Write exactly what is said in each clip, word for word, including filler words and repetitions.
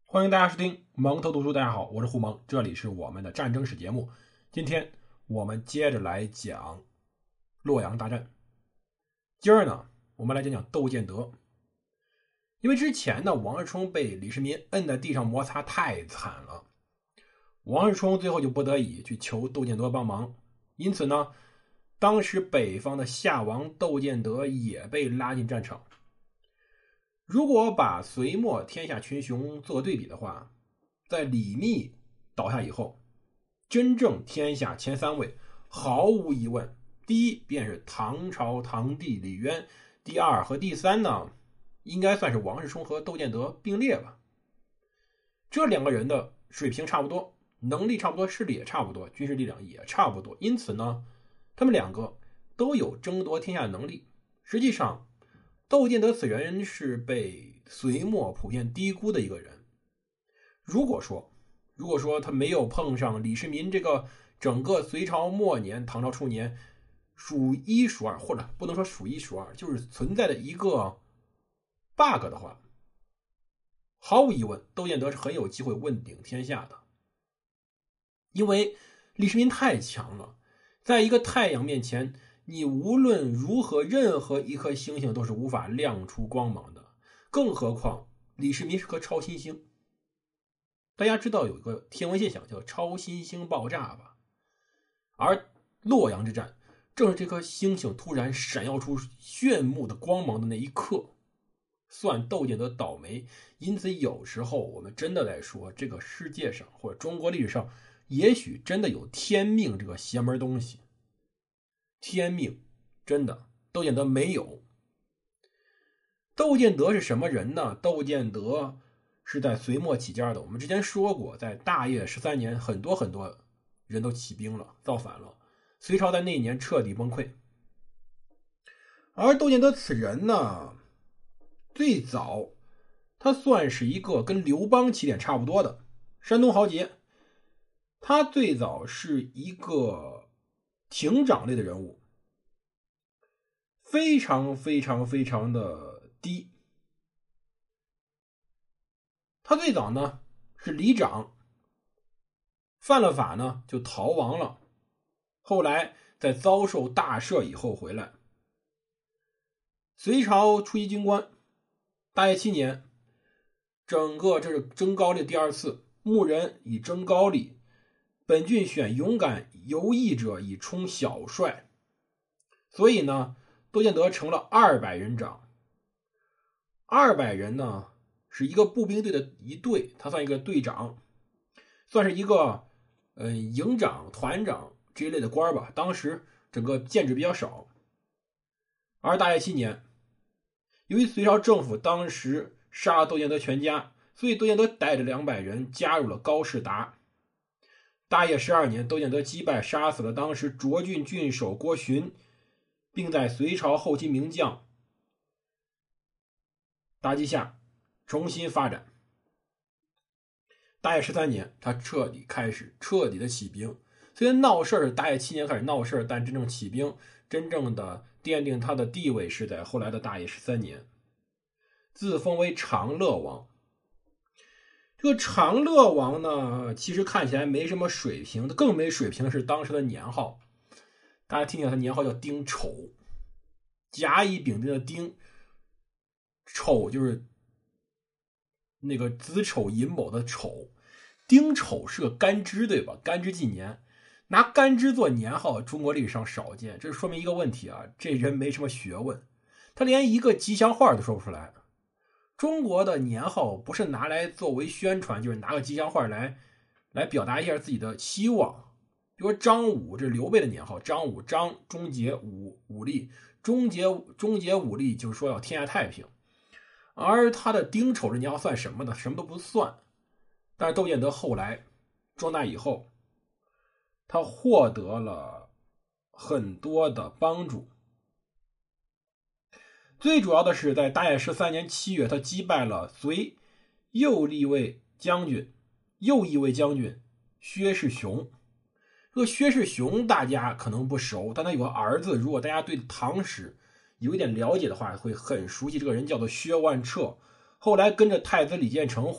欢迎大家收听蒙头读书。大家好，我是胡蒙，这里是我们的战争史节目。今天我们接着来讲洛阳大战。今儿呢，我们来讲讲窦建德。因为之前呢，王世充被李世民摁在地上摩擦太惨了，王世充最后就不得已去求窦建德帮忙，因此呢，当时北方的夏王窦建德也被拉进战场。如果把隋末天下群雄做对比的话，在李密倒下以后，真正天下前三位毫无疑问，第一便是唐朝唐帝李渊，第二和第三呢，应该算是王世充和窦建德并列吧。这两个人的水平差不多，能力差不多，势力也差不多，军事力量也差不多，因此呢，他们两个都有争夺天下的能力。实际上窦建德此人是被隋末普遍低估的一个人。如果说如果说他没有碰上李世民这个整个隋朝末年唐朝初年数一数二，或者不能说数一数二，就是存在的一个 bug 的话，毫无疑问窦建德是很有机会问鼎天下的。因为李世民太强了，在一个太阳面前，你无论如何任何一颗星星都是无法亮出光芒的，更何况李世民是颗超新星。大家知道有一个天文现象叫超新星爆炸吧？而洛阳之战正是这颗星星突然闪耀出炫目的光芒的那一刻，算窦建德倒霉。因此有时候我们真的来说，这个世界上或者中国历史上也许真的有天命这个邪门东西。天命真的窦建德没有。窦建德是什么人呢？窦建德是在隋末起家的。我们之前说过，在大业十三年，很多很多人都起兵了，造反了，隋朝在那一年彻底崩溃。而窦建德此人呢，最早他算是一个跟刘邦起点差不多的山东豪杰。他最早是一个亭长类的人物，非常非常非常的低。他最早呢是里长，犯了法呢就逃亡了，后来在遭受大赦以后回来。隋朝初级军官，大业七年，整个这是征高丽第二次，牧人以征高丽，本郡选勇敢游毅者以充小帅，所以呢窦建德成了二百人长。二百人呢是一个步兵队的一队，他算一个队长，算是一个呃营长团长这一类的官吧。当时整个建制比较少。而大业七年，由于隋朝政府当时杀了窦建德全家，所以窦建德带着两百人加入了高士达。大业十二年，窦建德击败杀死了当时涿郡郡守郭循，并在隋朝后期名将达击下重新发展。大业十三年，他彻底开始彻底的起兵。虽然闹事是大业七年开始闹事，但真正起兵，真正的奠定他的地位是在后来的大业十三年，自封为长乐王。这个长乐王呢，其实看起来没什么水平，更没水平的是当时的年号。大家听听他年号叫丁丑，甲乙丙丁的丁，丑就是那个子丑寅卯的丑，丁丑是个干支，对吧？干支纪年，拿干支做年号，中国历史上少见。这说明一个问题啊，这人没什么学问，他连一个吉祥话都说不出来。中国的年号不是拿来作为宣传，就是拿个吉祥话来来表达一下自己的期望。比如说张武，这是刘备的年号，张武，张终结武武力，终结终结武力就是说要天下太平。而他的丁丑这年号算什么呢？什么都不算。但是窦建德后来壮大以后，他获得了很多的帮助。最主要的是在大业十三年七月，他击败了隋右立卫将军右翼卫将军薛世雄。这个薛世雄大家可能不熟，但他有个儿子，如果大家对唐史有一点了解的话，会很熟悉。这个人叫做薛万彻，后来跟着太子李建成混，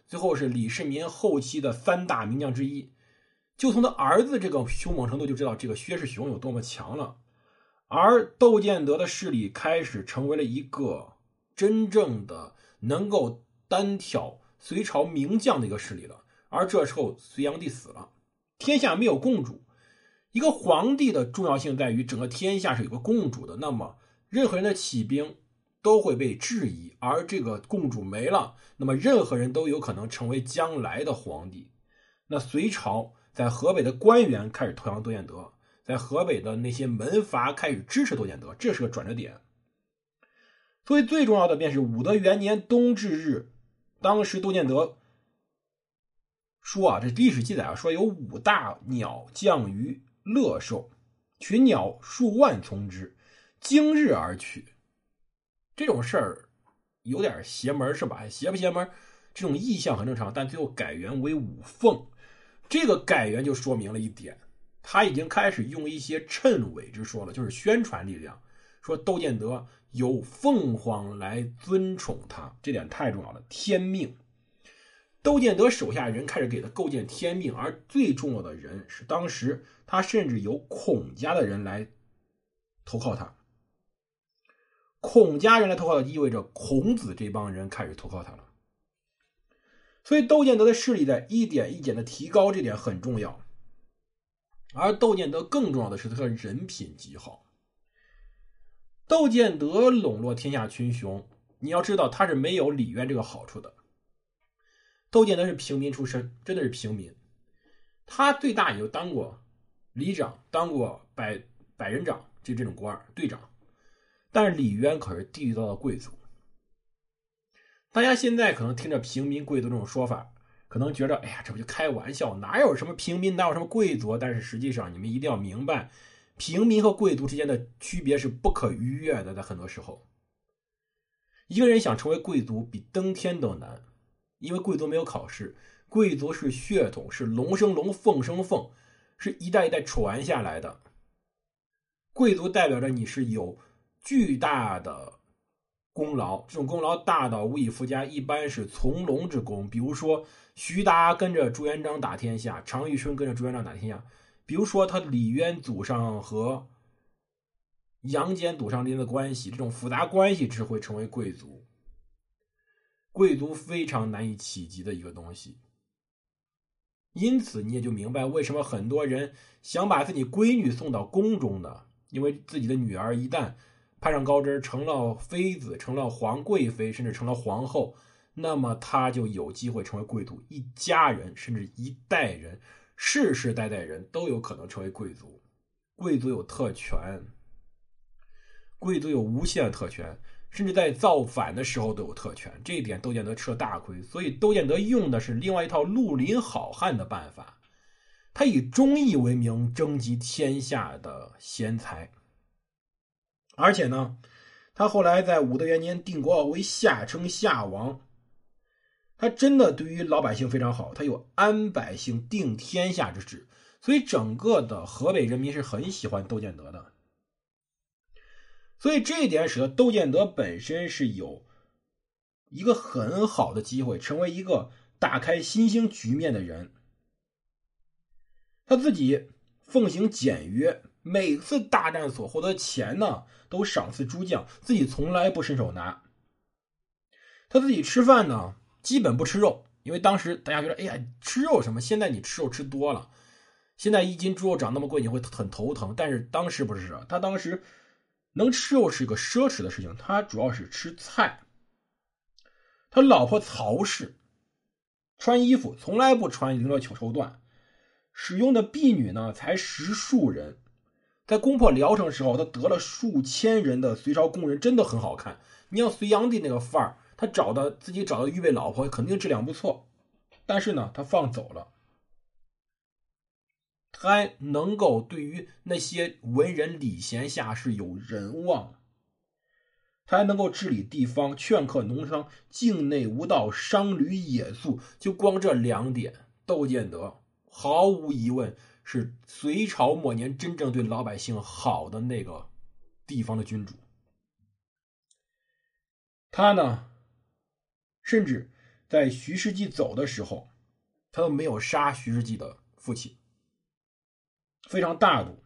最后是李世民后期的三大名将之一。就从他儿子这个凶猛程度就知道这个薛世雄有多么强了。而窦建德的势力开始成为了一个真正的能够单挑隋朝名将的一个势力了。而这时候隋炀帝死了，天下没有共主。一个皇帝的重要性在于整个天下是有个共主的，那么任何人的起兵都会被质疑，而这个共主没了，那么任何人都有可能成为将来的皇帝。那隋朝在河北的官员开始投降窦建德，在河北的那些门阀开始支持窦建德，这是个转折点。所以最重要的便是武德元年冬至日，当时窦建德说啊，这历史记载啊，说有五大鸟降于乐寿，群鸟数万从之，经日而去。这种事儿有点邪门是吧？邪不邪门？这种意象很正常，但最后改元为五凤。这个改元就说明了一点，他已经开始用一些谶纬之说了，就是宣传力量，说窦建德有凤凰来尊宠他，这点太重要了。天命，窦建德手下人开始给他构建天命，而最重要的人是当时他甚至有孔家的人来投靠他。孔家人来投靠他，意味着孔子这帮人开始投靠他了。所以窦建德的势力在一点一点的提高，这点很重要。而窦建德更重要的是他的人品极好。窦建德笼络天下群雄，你要知道他是没有李渊这个好处的。窦建德是平民出身，真的是平民，他最大也就当过里长，当过百百人长，就这种官儿队长。但是李渊可是地地道道贵族。大家现在可能听着平民贵族这种说法，可能觉得哎呀，这不就开玩笑，哪有什么平民，哪有什么贵族？但是实际上你们一定要明白，平民和贵族之间的区别是不可逾越的。在很多时候，一个人想成为贵族比登天都难，因为贵族没有考试，贵族是血统，是龙生龙，凤生凤，是一代一代传下来的。贵族代表着你是有巨大的功劳，这种功劳大到无以复加，一般是从龙之功。比如说徐达跟着朱元璋打天下，常遇春跟着朱元璋打天下。比如说他李渊祖上和杨坚祖上之间的关系，这种复杂关系只会成为贵族。贵族非常难以企及的一个东西。因此你也就明白为什么很多人想把自己闺女送到宫中的，因为自己的女儿一旦攀上高枝，成了妃子，成了皇贵妃，甚至成了皇后，那么她就有机会成为贵族，一家人甚至一代人，世世代代人都有可能成为贵族。贵族有特权，贵族有无限的特权，甚至在造反的时候都有特权，这一点窦建德吃了大亏。所以窦建德用的是另外一套绿林好汉的办法，他以忠义为名征集天下的贤才。而且呢，他后来在武德元年定国号为夏，称夏王。他真的对于老百姓非常好，他有安百姓定天下之志，所以整个的河北人民是很喜欢窦建德的。所以这一点使得窦建德本身是有一个很好的机会成为一个打开新兴局面的人。他自己奉行简约，每次大战所获得的钱呢，都赏赐诸将，自己从来不伸手拿。他自己吃饭呢，基本不吃肉，因为当时大家觉得，哎呀，吃肉什么？现在你吃肉吃多了，现在一斤猪肉长那么贵，你会很头疼。但是当时不是，他当时能吃肉是一个奢侈的事情，他主要是吃菜。他老婆曹氏穿衣服从来不穿绫罗绸缎，使用的婢女呢才十数人。在攻破聊城时候，他得了数千人的隋朝工人，真的很好看。你像隋炀帝那个范儿，他找的自己找的预备老婆肯定质量不错，但是呢他放走了。他还能够对于那些文人礼贤下士有人望，他还能够治理地方，劝克农商，境内无道，商旅野宿。就光这两点，窦建德毫无疑问是隋朝末年真正对老百姓好的那个地方的君主。他呢，甚至在徐世绩走的时候，他都没有杀徐世绩的父亲，非常大度。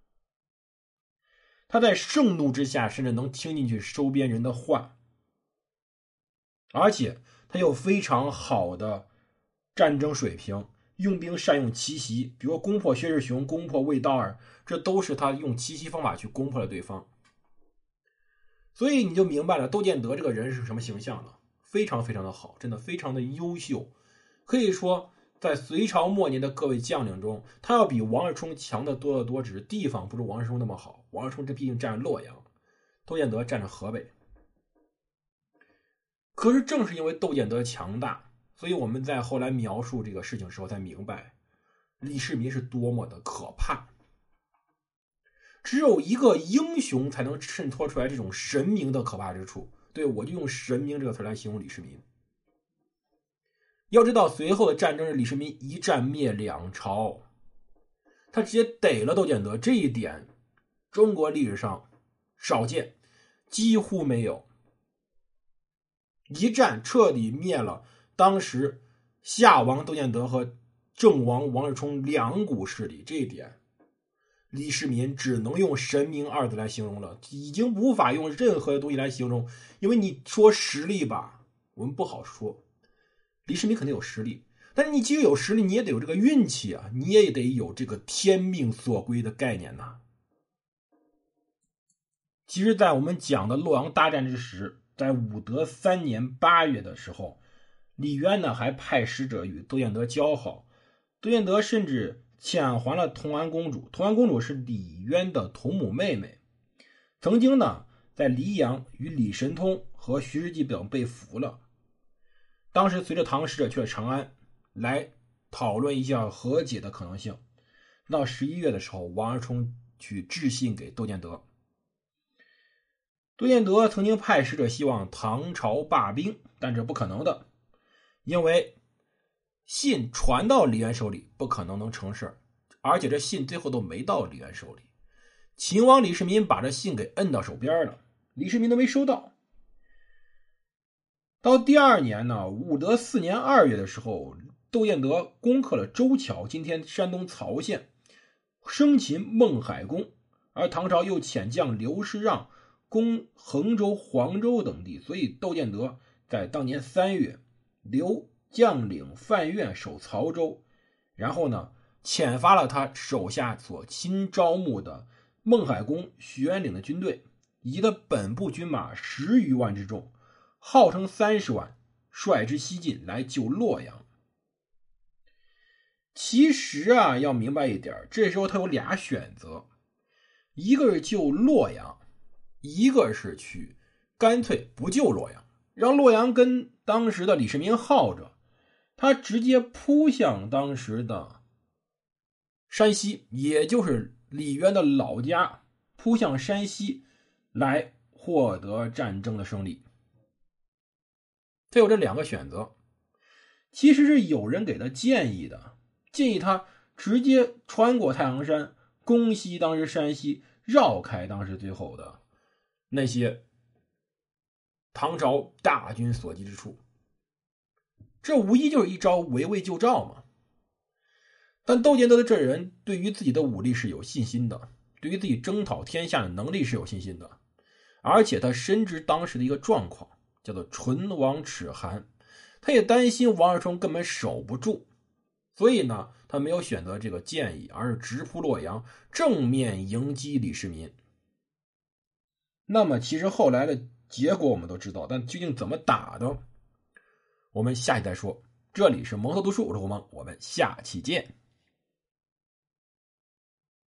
他在盛怒之下甚至能听进去收编人的话，而且他有非常好的战争水平，用兵善用奇袭，比如攻破薛世雄，攻破魏道尔，这都是他用奇袭方法去攻破了对方。所以你就明白了窦建德这个人是什么形象呢？非常非常的好，真的非常的优秀。可以说在隋朝末年的各位将领中，他要比王世充强的多得多，只是地方不如王世充那么好。王世充这毕竟占洛阳，窦建德占着河北。可是正是因为窦建德强大，所以我们在后来描述这个事情的时候才明白李世民是多么的可怕。只有一个英雄才能衬托出来这种神明的可怕之处。对，我就用神明这个词来形容李世民。要知道随后的战争是李世民一战灭两朝，他直接逮了窦建德，这一点中国历史上少见，几乎没有。一战彻底灭了当时夏王窦建德和郑王王世充两股势力，这一点李世民只能用神明二字来形容了，已经无法用任何的东西来形容。因为你说实力吧，我们不好说，李世民肯定有实力，但是你既有实力，你也得有这个运气啊，你也得有这个天命所归的概念呐、啊。其实在我们讲的洛阳大战之时，在武德三年八月的时候，李渊呢还派使者与窦建德交好，窦建德甚至遣还了同安公主。同安公主是李渊的同母妹妹，曾经呢在黎阳与李神通和徐世绩等被俘了。当时随着唐使者去了长安，来讨论一下和解的可能性。到十一月的时候，王世充去致信给窦建德。窦建德曾经派使者希望唐朝罢兵，但这不可能的，因为信传到李渊手里不可能能成事，而且这信最后都没到李渊手里。秦王李世民把这信给摁到手边了，李世民都没收到。到第二年呢，武德四年二月的时候，窦建德攻克了周桥，今天山东曹县，生擒孟海公，而唐朝又遣将刘师让攻衡州、黄州等地，所以窦建德在当年三月留将领范苑守曹州，然后呢遣发了他手下所新招募的孟海公、徐元岭的军队，以他本部军马十余万之众，号称三十万，率之西进来救洛阳。其实啊，要明白一点，这时候他有俩选择，一个是救洛阳，一个是去干脆不救洛阳，让洛阳跟当时的李世民耗着，他直接扑向当时的山西，也就是李渊的老家，扑向山西来获得战争的胜利。他有这两个选择，其实是有人给他建议的，建议他直接穿过太行山，攻西当时山西，绕开当时最后的那些唐朝大军所及之处，这无疑就是一招围魏救赵嘛。但窦建德的这人对于自己的武力是有信心的，对于自己征讨天下的能力是有信心的，而且他深知当时的一个状况，叫做唇亡齿寒，他也担心王世充根本守不住，所以呢，他没有选择这个建议，而是直扑洛阳，正面迎击李世民。那么其实后来的结果我们都知道，但究竟怎么打的，我们下期再说。这里是蒙头读书，我是胡蒙，我们下期见。